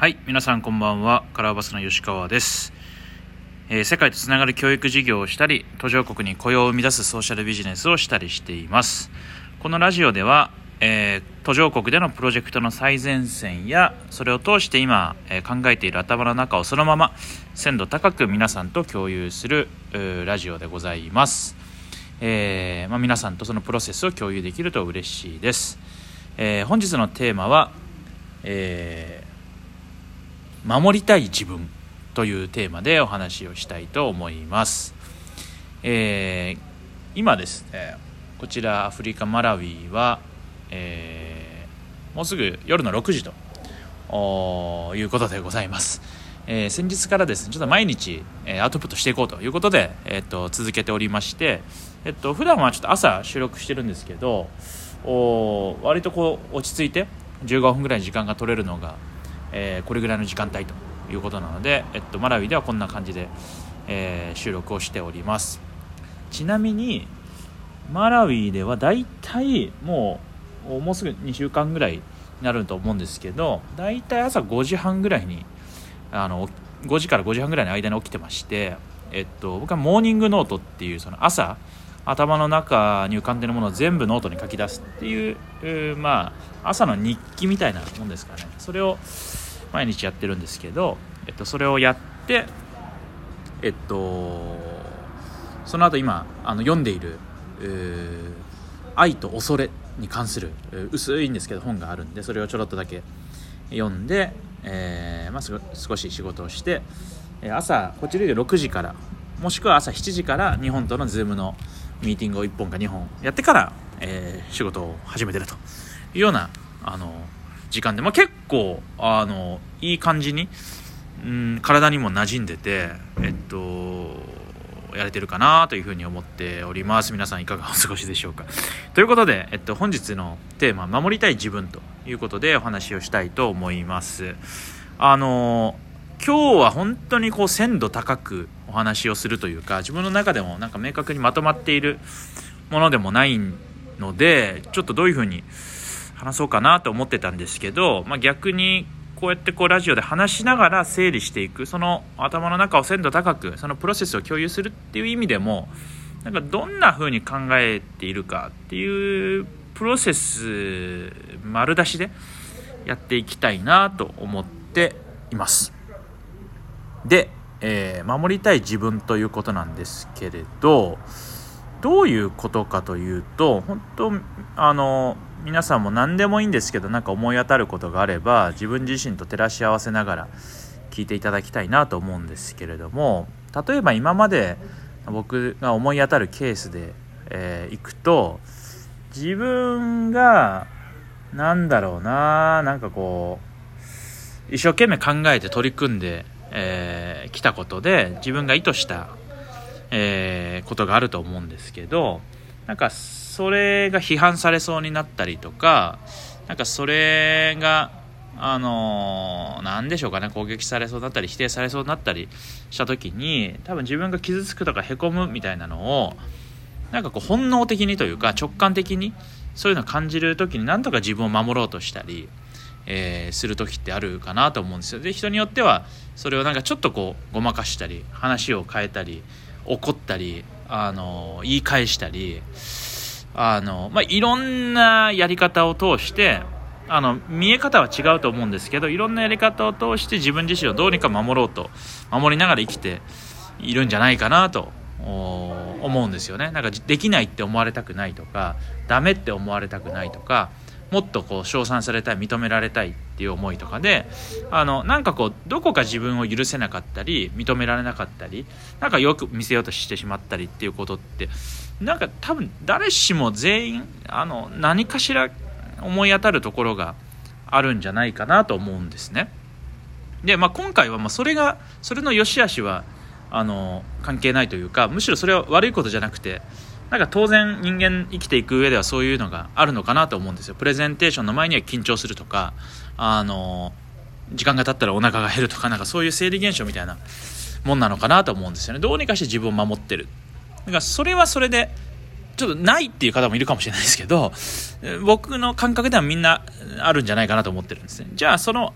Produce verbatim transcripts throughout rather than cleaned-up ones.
はい、皆さんこんばんは。カラーバスの吉川です。えー、世界とつながる教育事業をしたり、途上国に雇用を生み出すソーシャルビジネスをしたりしています。このラジオでは、えー、途上国でのプロジェクトの最前線や、それを通して今、えー、考えている頭の中をそのまま鮮度高く皆さんと共有するラジオでございます。えーまあ、皆さんとそのプロセスを共有できると嬉しいです。えー、本日のテーマは、えー守りたい自分というテーマでお話をしたいと思います。えー、今ですね、こちらアフリカマラウイは、えー、もうすぐ夜のろくじということでございます。えー、先日からですね、ちょっと毎日、えー、アウトプットしていこうということで、えー、と続けておりまして、えっと、普段はちょっと朝収録してるんですけど、お割とこう落ち着いてじゅうごふんぐらい時間が取れるのがえー、これぐらいの時間帯ということなので、えっと、マラウイではこんな感じで、えー、収録をしております。ちなみにマラウイではだいたいもうもうすぐにしゅうかんぐらいになると思うんですけど、だいたい朝ごじはんぐらいにあのごじからごじはんぐらいの間に起きてまして、えっと、僕はモーニングノートっていうその朝頭の中に浮かんでるものを全部ノートに書き出すっていう、うまあ朝の日記みたいなもんですかね。それを毎日やってるんですけど、えっと、それをやって、えっと、その後今あの読んでいる愛と恐れに関する薄いんですけど本があるんで、それをちょろっとだけ読んで、えーまあ、少し仕事をして朝こっちでろくじからもしくは朝しちじから日本とのズームのミーティングをいっぽんかにほんやってから、えー、仕事を始めてるというようなあの時間で、まあ、結構あのいい感じにん体にも馴染んでて、えっとやれてるかなというふうに思っております。皆さんいかがお過ごしでしょうか。ということで、えっと、本日のテーマ守りたい自分ということでお話をしたいと思います。あの今日は本当にこう鮮度高くお話をするというか、自分の中でもなんか明確にまとまっているものでもないので、ちょっとどういうふうに話そうかなと思ってたんですけど、まあ、逆にこうやってこうラジオで話しながら整理していく、その頭の中を鮮度高くそのプロセスを共有するっていう意味でも、なんかどんな風に考えているかっていうプロセス丸出しでやっていきたいなと思っています。で、えー、守りたい自分ということなんですけれど、どういうことかというと、本当あの皆さんも何でもいいんですけど、なんか思い当たることがあれば自分自身と照らし合わせながら聞いていただきたいなと思うんですけれども、例えば今まで僕が思い当たるケースで、えー、いくと、自分がなんだろうななんかこう一生懸命考えて取り組んでえー、来たことで自分が意図した、えー、ことがあると思うんですけど、なんかそれが批判されそうになったりとか、なんかそれがあのー、なんでしょうかね、攻撃されそうだったり否定されそうになったりした時に、多分自分が傷つくとかへこむみたいなのをなんかこう本能的にというか直感的にそういうのを感じる時に、なんとか自分を守ろうとしたりえー、する時ってあるかなと思うんですよ。で、人によってはそれをなんかちょっとこうごまかしたり、話を変えたり、怒ったり、あの言い返したり、あの、まあ、いろんなやり方を通して、あの見え方は違うと思うんですけど、いろんなやり方を通して自分自身をどうにか守ろうと守りながら生きているんじゃないかなと思うんですよね。なんかできないって思われたくないとか、ダメって思われたくないとか、もっとこう称賛されたい、認められたいっていう思いとかで、あのなんかこうどこか自分を許せなかったり認められなかったり、なんかよく見せようとしてしまったりっていうことって、なんか多分誰しも全員あの何かしら思い当たるところがあるんじゃないかなと思うんですね。で、まあ、今回はまあそれがそれの良し悪しはあの関係ないというか、むしろそれは悪いことじゃなくて、なんか当然人間生きていく上ではそういうのがあるのかなと思うんですよ。プレゼンテーションの前には緊張するとか、あの時間が経ったらお腹が減るとか、なんかそういう生理現象みたいなもんなのかなと思うんですよね。どうにかして自分を守ってる。だからそれはそれでちょっとないっていう方もいるかもしれないですけど、僕の感覚ではみんなあるんじゃないかなと思ってるんですね。じゃあその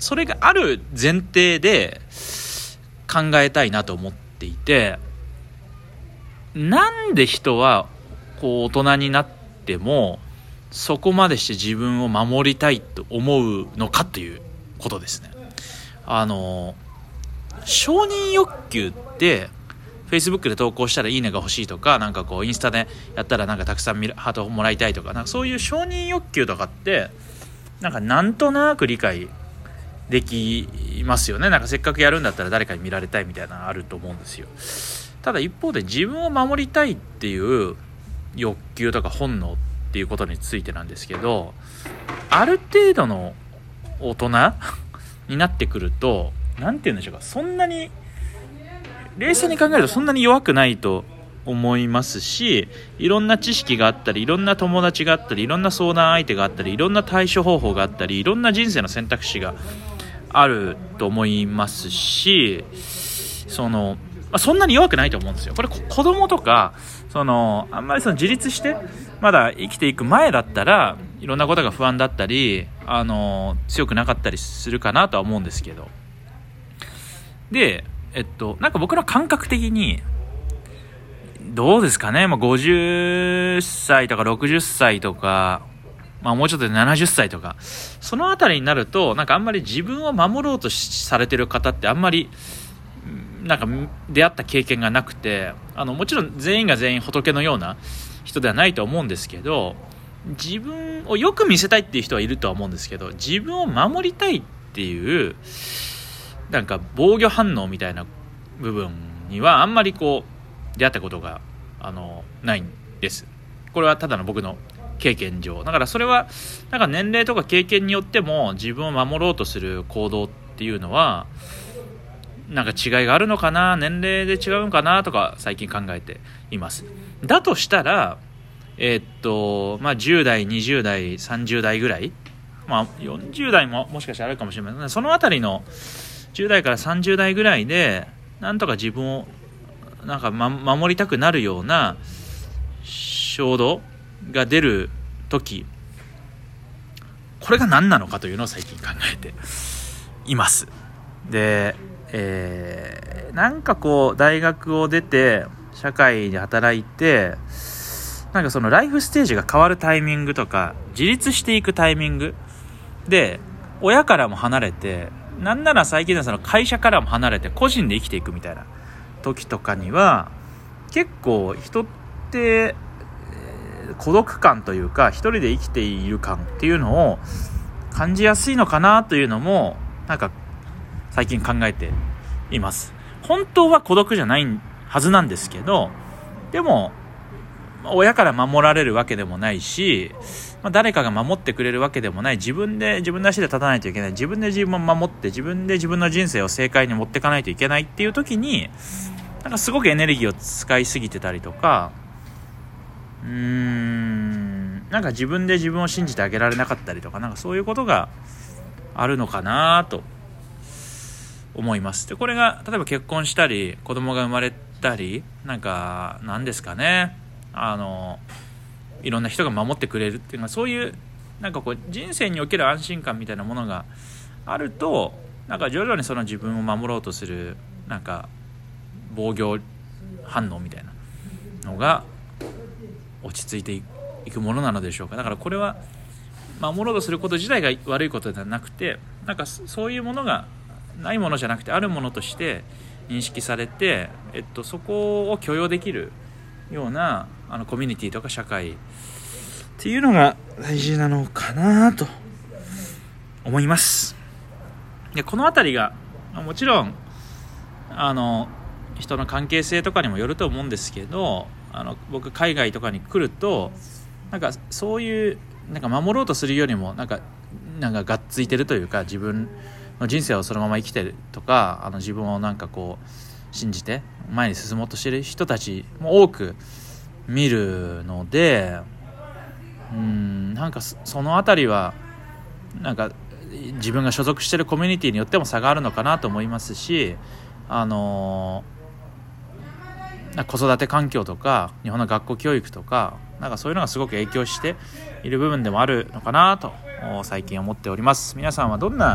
それがある前提で考えたいなと思っていて、なんで人はこう大人になってもそこまでして自分を守りたいと思うのかということですね。あの承認欲求ってFacebook で投稿したらいいねが欲しいとか、なんかこうインスタでやったらなんかたくさんハートをもらいたいとか、なんかそういう承認欲求とかってなんかなんとなく理解できますよね。なんかせっかくやるんだったら誰かに見られたいみたいなのあると思うんですよ。ただ一方で自分を守りたいっていう欲求とか本能っていうことについてなんですけど、ある程度の大人になってくると、なんて言うんでしょうか、そんなに冷静に考えるとそんなに弱くないと思いますし、いろんな知識があったり、いろんな友達があったり、いろんな相談相手があったり、いろんな対処方法があったり、いろんな人生の選択肢があると思いますし、その、まあ、そんなに弱くないと思うんですよ。これ子供とかそのあんまりその自立してまだ生きていく前だったらいろんなことが不安だったり、あの強くなかったりするかなとは思うんですけど、でえっとなんか僕の感覚的にどうですかね、まあ、ごじゅっさいとかろくじゅっさいとか、まあ、もうちょっとでななじゅっさいとかそのあたりになると、なんかあんまり自分を守ろうとされてる方ってあんまりなんか出会った経験がなくて、あのもちろん全員が全員仏のような人ではないと思うんですけど、自分をよく見せたいっていう人はいるとは思うんですけど、自分を守りたいっていうなんか防御反応みたいな部分にはあんまりこう出会ったことがあのないんです。これはただの僕の経験上だから、それはなんか年齢とか経験によっても自分を守ろうとする行動っていうのはなんか違いがあるのかな、年齢で違うのかなとか最近考えています。だとしたらえー、っとまあじゅう代にじゅう代さんじゅう代ぐらい、まあよんじゅう代ももしかしたらあるかもしれない。そのあたりのじゅう代からさんじゅう代ぐらいでなんとか自分をなんか、ま、守りたくなるような衝動が出る時、これが何なのかというのを最近考えています。でえー、なんかこう大学を出て社会で働いて、なんかそのライフステージが変わるタイミングとか自立していくタイミングで親からも離れて、なんなら最近はその会社からも離れて個人で生きていくみたいな時とかには結構人って孤独感というか一人で生きている感っていうのを感じやすいのかなというのもなんか最近考えています。本当は孤独じゃないはずなんですけど、でも親から守られるわけでもないし、まあ、誰かが守ってくれるわけでもない、自分で自分の足で立たないといけない、自分で自分を守って自分で自分の人生を正解に持っていかないといけないっていう時になんかすごくエネルギーを使いすぎてたりとか、うーんなんか自分で自分を信じてあげられなかったりとか、なんかそういうことがあるのかなと思います。でこれが例えば結婚したり子供が生まれたり、なんか何ですかね、あのいろんな人が守ってくれるっていうのは、そういうなんかこう人生における安心感みたいなものがあると、なんか徐々にその自分を守ろうとするなんか防御反応みたいなのが落ち着いていくものなのでしょうか。だからこれは守ろうとすること自体が悪いことではなくて、なんかそういうものがないものじゃなくてあるものとして認識されて、えっと、そこを許容できるようなあのコミュニティとか社会っていうのが大事なのかなと思います。でこのあたりがもちろんあの人の関係性とかにもよると思うんですけど、あの僕海外とかに来るとなんかそういうなんか守ろうとするよりもなんかなんかがっついてるというか、自分の人生をそのまま生きてるとか、あの自分をなんかこう信じて前に進もうとしている人たちも多く見るので、うーんなんかそのあたりはなんか自分が所属しているコミュニティによっても差があるのかなと思いますし、あの子育て環境とか日本の学校教育とかなんかそういうのがすごく影響している部分でもあるのかなと最近思っております。皆さんはどんな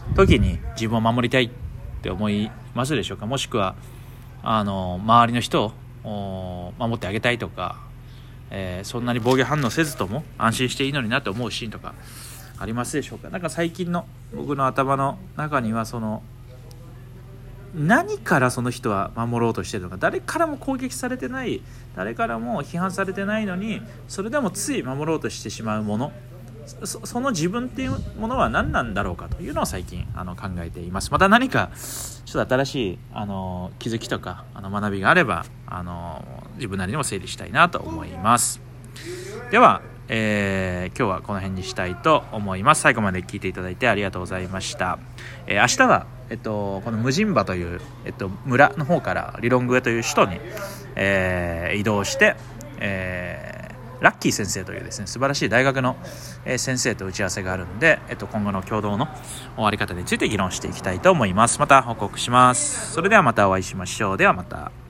時に自分を守りたいって思いますでしょうか。もしくはあの周りの人を守ってあげたいとか、えー、そんなに防御反応せずとも安心していいのになと思うシーンとかありますでしょうか。なんか最近の僕の頭の中には、その何からその人は守ろうとしているのか、誰からも攻撃されてない、誰からも批判されてないのにそれでもつい守ろうとしてしまうもの、 そ, その自分っていうものは何なんだろうかというのを最近あの考えています。また何かちょっと新しいあの気づきとかあの学びがあればあの自分なりにも整理したいなと思います。では、えー、今日はこの辺にしたいと思います。最後まで聞いていただいてありがとうございました。えー、明日は、えっと、このムジンバという、えっと、村の方からリロングエという首都に、えー、移動して、えーラッキー先生というですね素晴らしい大学の先生と打ち合わせがあるので、えっと、今後の共同の終わり方について議論していきたいと思います。また報告します。それではまたお会いしましょう。ではまた。